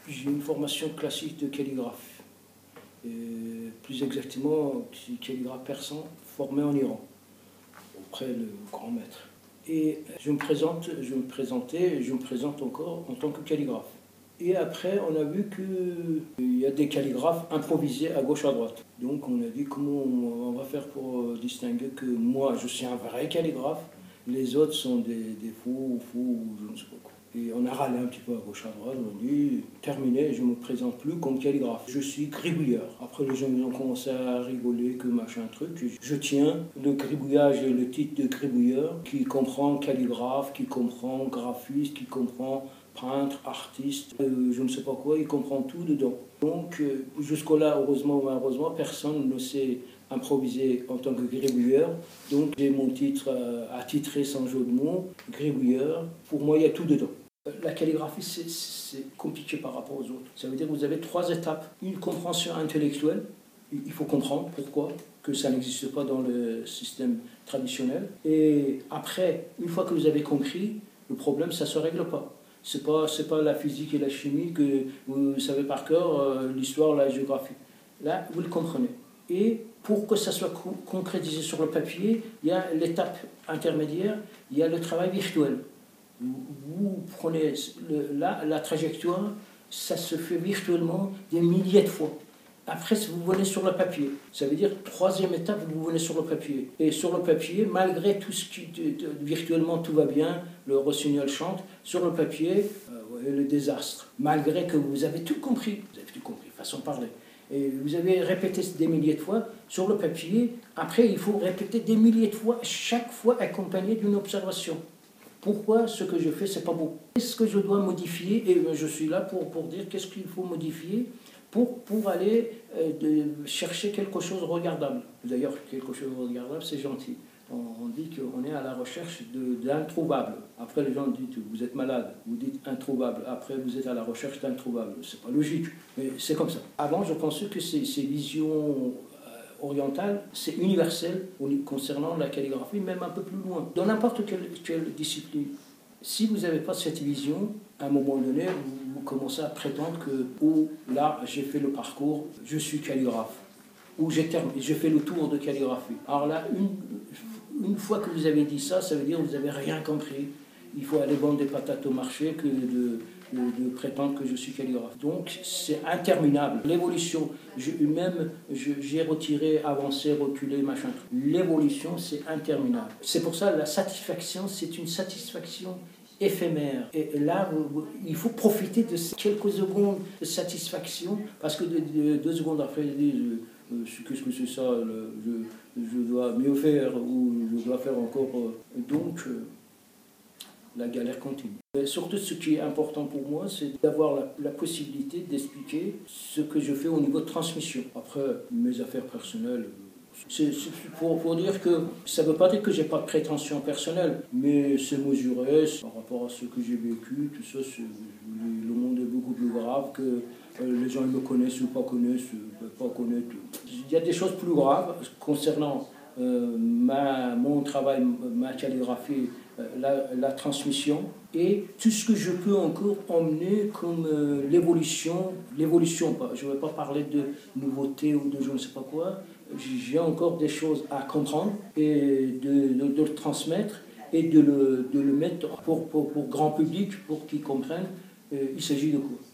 J'ai une formation classique de calligraphe, plus exactement calligraphe persan formé en Iran, auprès du grand maître. Et je me présentais et je me présente encore en tant que calligraphe. Et après, on a vu qu'il y a des calligraphes improvisés à gauche à droite. Donc on a dit comment on va faire pour distinguer que moi, je suis un vrai calligraphe, les autres sont des faux ou je ne sais pas quoi. Et on a râlé un petit peu à gauche à droite, on a dit terminé, je ne me présente plus comme calligraphe. Je suis gribouilleur. Après les gens ils ont commencé à rigoler, que machin truc. Je tiens le gribouillage et le titre de gribouilleur qui comprend calligraphe, qui comprend graphiste, qui comprend peintre, artiste, je ne sais pas quoi, il comprend tout dedans. Donc jusque-là, heureusement ou malheureusement, personne ne s'est improvisé en tant que gribouilleur. Donc j'ai mon titre attitré sans jeu de mots, gribouilleur. Pour moi, il y a tout dedans. La calligraphie, c'est compliqué par rapport aux autres. Ça veut dire que vous avez 3 étapes. Une compréhension intellectuelle, il faut comprendre pourquoi, que ça n'existe pas dans le système traditionnel. Et après, une fois que vous avez compris, le problème, ça ne se règle pas. C'est pas la physique et la chimie que vous savez par cœur, l'histoire, la géographie. Là, vous le comprenez. Et pour que ça soit concrétisé sur le papier, il y a l'étape intermédiaire, il y a le travail virtuel. Vous prenez la trajectoire, ça se fait virtuellement des milliers de fois. Après, vous venez sur le papier. Ça veut dire, 3e étape, vous venez sur le papier. Et sur le papier, malgré tout ce qui... virtuellement, tout va bien, le rossignol chante. Sur le papier, le désastre. Malgré que vous avez tout compris. Vous avez tout compris, façon de parler. Et vous avez répété des milliers de fois sur le papier. Après, il faut répéter des milliers de fois, chaque fois accompagné d'une observation. Pourquoi ce que je fais, c'est pas beau? Qu'est-ce que je dois modifier? Et je suis là pour dire qu'est-ce qu'il faut modifier pour aller chercher quelque chose de regardable. D'ailleurs, quelque chose de regardable, c'est gentil. On dit qu'on est à la recherche d'introuvable. Après, les gens disent vous êtes malade, vous dites introuvable. Après, vous êtes à la recherche d'introuvable. C'est pas logique, mais c'est comme ça. Avant, je pensais que ces visions orientales, c'est universel concernant la calligraphie, même un peu plus loin. Dans n'importe quelle discipline. Si vous n'avez pas cette vision, à un moment donné, vous commencez à prétendre que là, j'ai fait le parcours, je suis calligraphe. Ou j'ai fait le tour de calligraphie. Alors là, une fois que vous avez dit ça, ça veut dire que vous n'avez rien compris. Il faut aller vendre des patates au marché que de prétendre que je suis calligraphe. Donc c'est interminable. L'évolution, j'ai retiré, avancé, reculé, machin. L'évolution, c'est interminable. C'est pour ça la satisfaction, c'est une satisfaction éphémère. Et là, il faut profiter de quelques secondes de satisfaction, parce que 2 secondes après, ils disent qu'est-ce que c'est ça, je dois mieux faire, ou je dois faire encore. Donc, la galère continue. Et surtout, ce qui est important pour moi, c'est d'avoir la possibilité d'expliquer ce que je fais au niveau de transmission. Après, mes affaires personnelles, c'est pour dire que ça ne veut pas dire que je n'ai pas de prétention personnelle, mais c'est mesuré par rapport à ce que j'ai vécu, tout ça, le monde est beaucoup plus grave que les gens me connaissent ou pas connaissent, pas connaître. Il y a des choses plus graves concernant mon travail, ma calligraphie, la transmission et tout ce que je peux encore emmener comme l'évolution, je ne vais pas parler de nouveauté ou de je ne sais pas quoi, j'ai encore des choses à comprendre et de le transmettre et de le mettre pour grand public, pour qu'ils comprennent il s'agit de quoi.